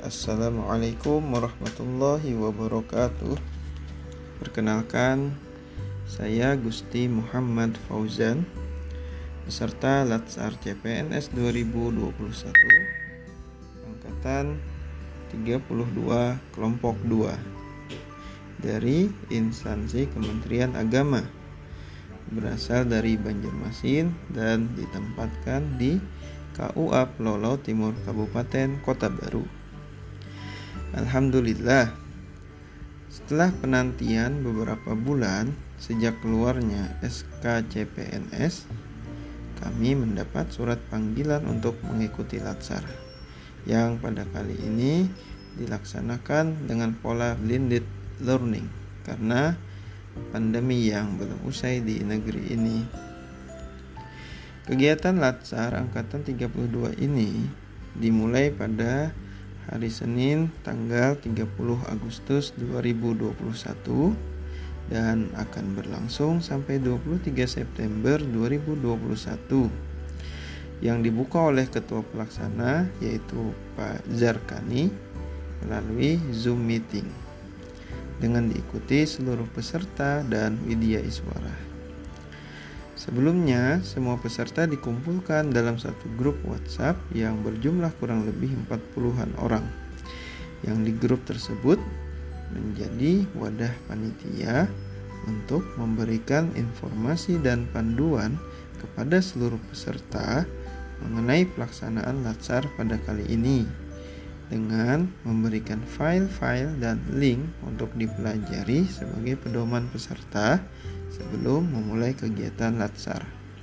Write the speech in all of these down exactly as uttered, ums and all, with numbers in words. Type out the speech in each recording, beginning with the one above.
Assalamualaikum warahmatullahi wabarakatuh. Perkenalkan, saya Gusti Muhammad Fauzan, peserta Latsar C P N S dua ribu dua puluh satu, angkatan tiga puluh dua kelompok dua dari instansi Kementerian Agama, berasal dari Banjarmasin dan ditempatkan di K U A Pelolo Timur Kabupaten Kota Baru. Alhamdulillah, setelah penantian beberapa bulan sejak keluarnya S K C P N S, kami mendapat surat panggilan untuk mengikuti Latsar yang pada kali ini dilaksanakan dengan pola blended learning karena pandemi yang belum usai di negeri ini. Kegiatan Latsar angkatan tiga puluh dua ini dimulai pada hari Senin tanggal tiga puluh Agustus dua ribu dua puluh satu dan akan berlangsung sampai dua puluh tiga September dua ribu dua puluh satu, yang dibuka oleh Ketua Pelaksana yaitu Pak Zarkani melalui Zoom meeting dengan diikuti seluruh peserta dan widya iswara. Sebelumnya, semua peserta dikumpulkan dalam satu grup WhatsApp yang berjumlah kurang lebih empat puluhan orang. Yang di grup tersebut menjadi wadah panitia untuk memberikan informasi dan panduan kepada seluruh peserta mengenai pelaksanaan Latsar pada kali ini, dengan memberikan file-file dan link untuk dipelajari sebagai pedoman peserta sebelum memulai kegiatan Latsar.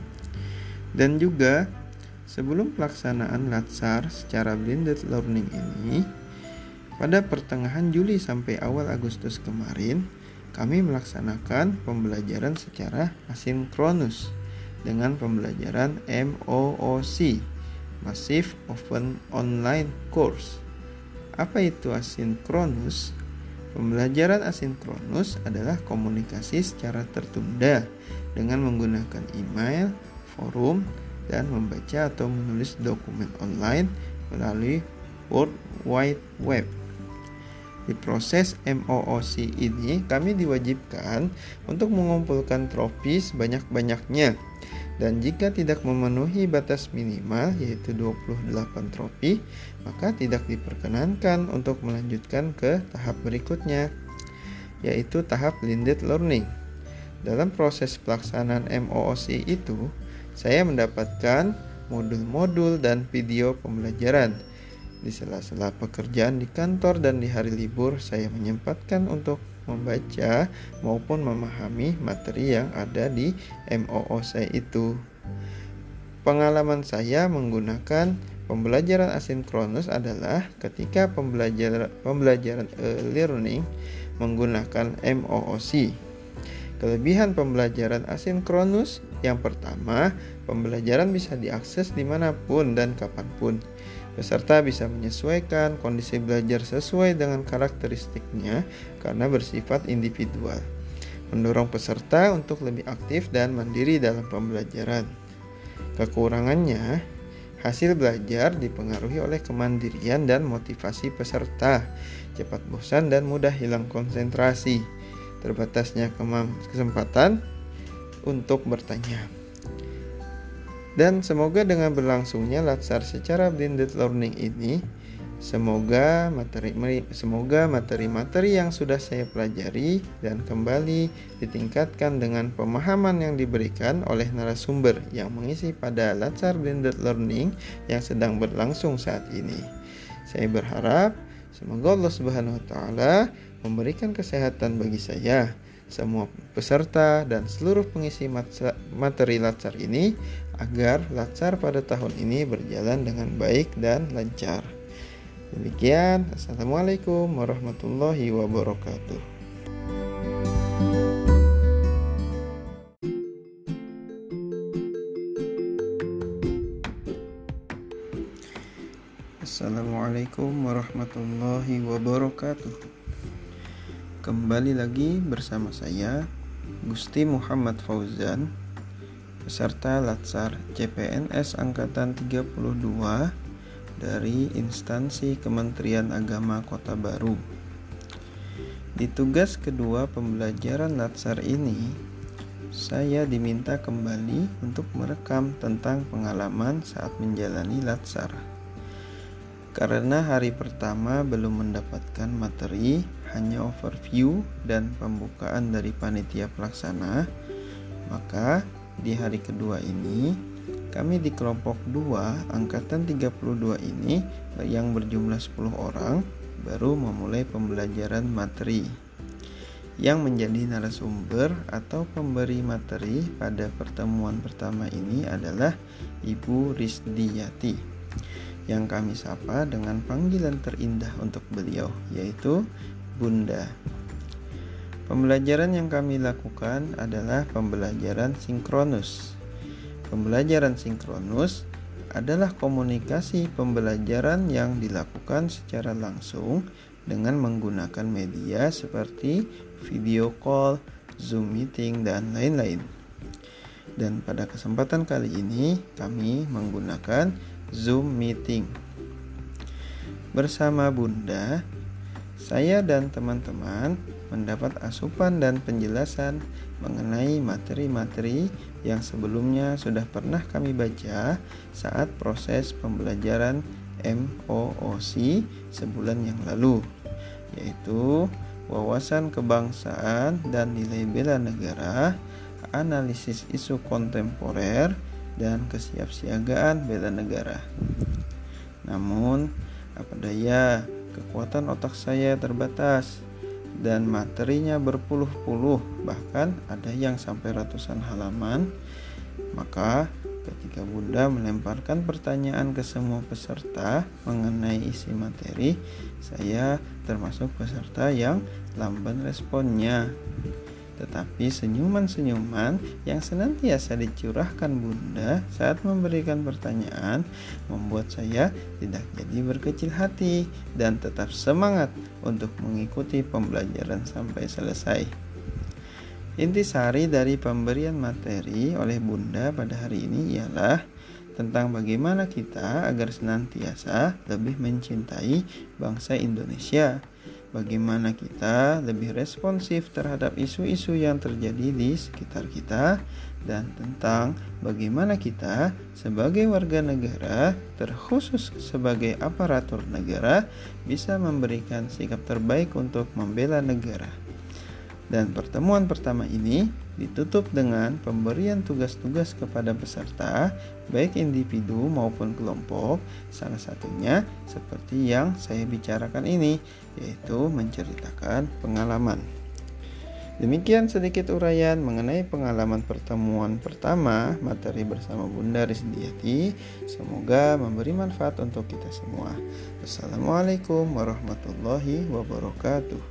Dan juga sebelum pelaksanaan Latsar secara blended learning ini, pada pertengahan Juli sampai awal Agustus kemarin, kami melaksanakan pembelajaran secara asinkronus dengan pembelajaran M O O C, Massive Open Online Course. Apa itu asinkronus? Pembelajaran asinkronus adalah komunikasi secara tertunda dengan menggunakan email, forum, dan membaca atau menulis dokumen online melalui World Wide Web. Di proses M O O C ini, kami diwajibkan untuk mengumpulkan trofi sebanyak-banyaknya, dan jika tidak memenuhi batas minimal yaitu dua puluh delapan trofi, maka tidak diperkenankan untuk melanjutkan ke tahap berikutnya, yaitu tahap blended learning. Dalam proses pelaksanaan M O O C itu, saya mendapatkan modul-modul dan video pembelajaran. Di sela-sela pekerjaan di kantor dan di hari libur, saya menyempatkan untuk membaca maupun memahami materi yang ada di M O O C itu. Pengalaman saya menggunakan pembelajaran asinkronus adalah ketika pembelajaran pembelajaran e-learning menggunakan M O O C. Kelebihan pembelajaran asinkronus yang pertama, pembelajaran bisa diakses dimanapun dan kapanpun. Peserta bisa menyesuaikan kondisi belajar sesuai dengan karakteristiknya karena bersifat individual, mendorong peserta untuk lebih aktif dan mandiri dalam pembelajaran. Kekurangannya, hasil belajar dipengaruhi oleh kemandirian dan motivasi peserta, cepat bosan dan mudah hilang konsentrasi, terbatasnya kesempatan untuk bertanya. Dan semoga dengan berlangsungnya Latsar secara blended learning ini, semoga materi semoga materi-materi yang sudah saya pelajari dan kembali ditingkatkan dengan pemahaman yang diberikan oleh narasumber yang mengisi pada Latsar blended learning yang sedang berlangsung saat ini. Saya berharap semoga Allah Subhanahu wa taala memberikan kesehatan bagi saya, semua peserta dan seluruh pengisi materi Latsar ini, agar Latsar pada tahun ini berjalan dengan baik dan lancar. Demikian, Assalamualaikum warahmatullahi wabarakatuh. Assalamualaikum warahmatullahi wabarakatuh. Kembali lagi bersama saya Gusti Muhammad Fauzan, peserta Latsar C P N S angkatan tiga puluh dua dari instansi Kementerian Agama Kota Baru. Di tugas kedua pembelajaran Latsar ini, saya diminta kembali untuk merekam tentang pengalaman saat menjalani Latsar. Karena hari pertama belum mendapatkan materi, hanya overview dan pembukaan dari panitia pelaksana, maka di hari kedua ini kami di kelompok dua angkatan tiga puluh dua ini yang berjumlah sepuluh orang baru memulai pembelajaran materi. Yang menjadi narasumber atau pemberi materi pada pertemuan pertama ini adalah Ibu Risdiyati, yang kami sapa dengan panggilan terindah untuk beliau, yaitu Bunda. Pembelajaran yang kami lakukan adalah pembelajaran sinkronus. Pembelajaran sinkronus adalah komunikasi pembelajaran yang dilakukan secara langsung dengan menggunakan media seperti video call, Zoom meeting, dan lain-lain. Dan pada kesempatan kali ini kami menggunakan Zoom meeting. Bersama Bunda, saya dan teman-teman mendapat asupan dan penjelasan mengenai materi-materi yang sebelumnya sudah pernah kami baca saat proses pembelajaran M O O C sebulan yang lalu, yaitu wawasan kebangsaan dan nilai bela negara, analisis isu kontemporer, dan kesiapsiagaan bela negara. Namun, apa daya, kekuatan otak saya terbatas dan materinya berpuluh-puluh, bahkan ada yang sampai ratusan halaman. Maka ketika Bunda melemparkan pertanyaan ke semua peserta mengenai isi materi, saya termasuk peserta yang lamban responnya. Tetapi senyuman-senyuman yang senantiasa dicurahkan Bunda saat memberikan pertanyaan membuat saya tidak jadi berkecil hati dan tetap semangat untuk mengikuti pembelajaran sampai selesai. Intisari dari pemberian materi oleh Bunda pada hari ini ialah tentang bagaimana kita agar senantiasa lebih mencintai bangsa Indonesia, bagaimana kita lebih responsif terhadap isu-isu yang terjadi di sekitar kita, dan tentang bagaimana kita sebagai warga negara, terkhusus sebagai aparatur negara, bisa memberikan sikap terbaik untuk membela negara. Dan pertemuan pertama ini ditutup dengan pemberian tugas-tugas kepada peserta, baik individu maupun kelompok, salah satunya seperti yang saya bicarakan ini, yaitu menceritakan pengalaman. Demikian sedikit uraian mengenai pengalaman pertemuan pertama materi bersama Bunda Risdiyati. Semoga memberi manfaat untuk kita semua. Wassalamualaikum warahmatullahi wabarakatuh.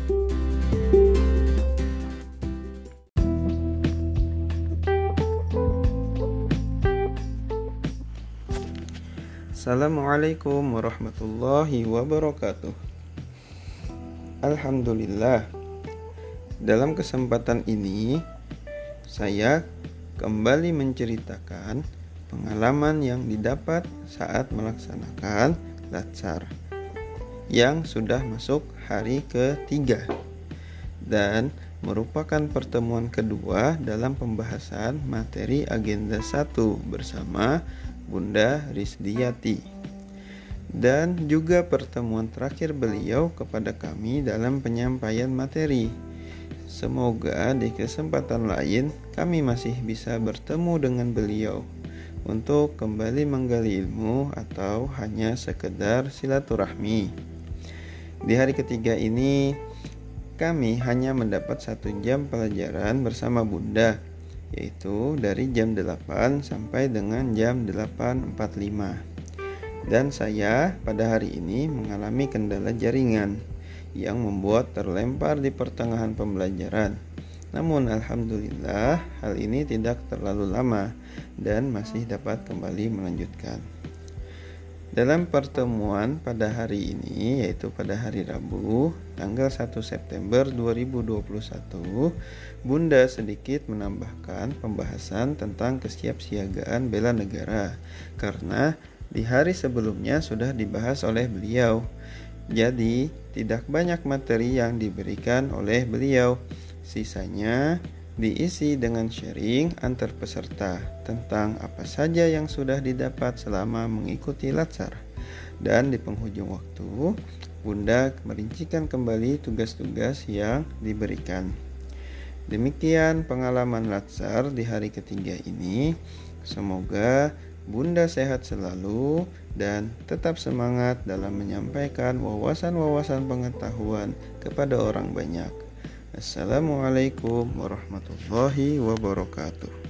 Assalamualaikum warahmatullahi wabarakatuh. Alhamdulillah, dalam kesempatan ini saya kembali menceritakan pengalaman yang didapat saat melaksanakan Latsar yang sudah masuk hari ketiga dan merupakan pertemuan kedua dalam pembahasan materi agenda satu bersama Bunda Risdiyati, dan juga pertemuan terakhir beliau kepada kami dalam penyampaian materi. Semoga di kesempatan lain kami masih bisa bertemu dengan beliau untuk kembali menggali ilmu atau hanya sekedar silaturahmi. Di hari ketiga ini kami hanya mendapat satu jam pelajaran bersama Bunda, yaitu dari jam delapan sampai dengan jam delapan empat puluh lima. Dan saya pada hari ini mengalami kendala jaringan yang membuat terlempar di pertengahan pembelajaran. Namun alhamdulillah hal ini tidak terlalu lama dan masih dapat kembali melanjutkan. Dalam pertemuan pada hari ini, yaitu pada hari Rabu, tanggal satu September dua ribu dua puluh satu, Bunda sedikit menambahkan pembahasan tentang kesiapsiagaan bela negara, karena di hari sebelumnya sudah dibahas oleh beliau. Jadi, tidak banyak materi yang diberikan oleh beliau. Sisanya diisi dengan sharing antar peserta tentang apa saja yang sudah didapat selama mengikuti Latsar. Dan di penghujung waktu, Bunda merincikan kembali tugas-tugas yang diberikan. Demikian pengalaman Latsar di hari ketiga ini. Semoga Bunda sehat selalu dan tetap semangat dalam menyampaikan wawasan-wawasan pengetahuan kepada orang banyak. Assalamualaikum warahmatullahi wabarakatuh.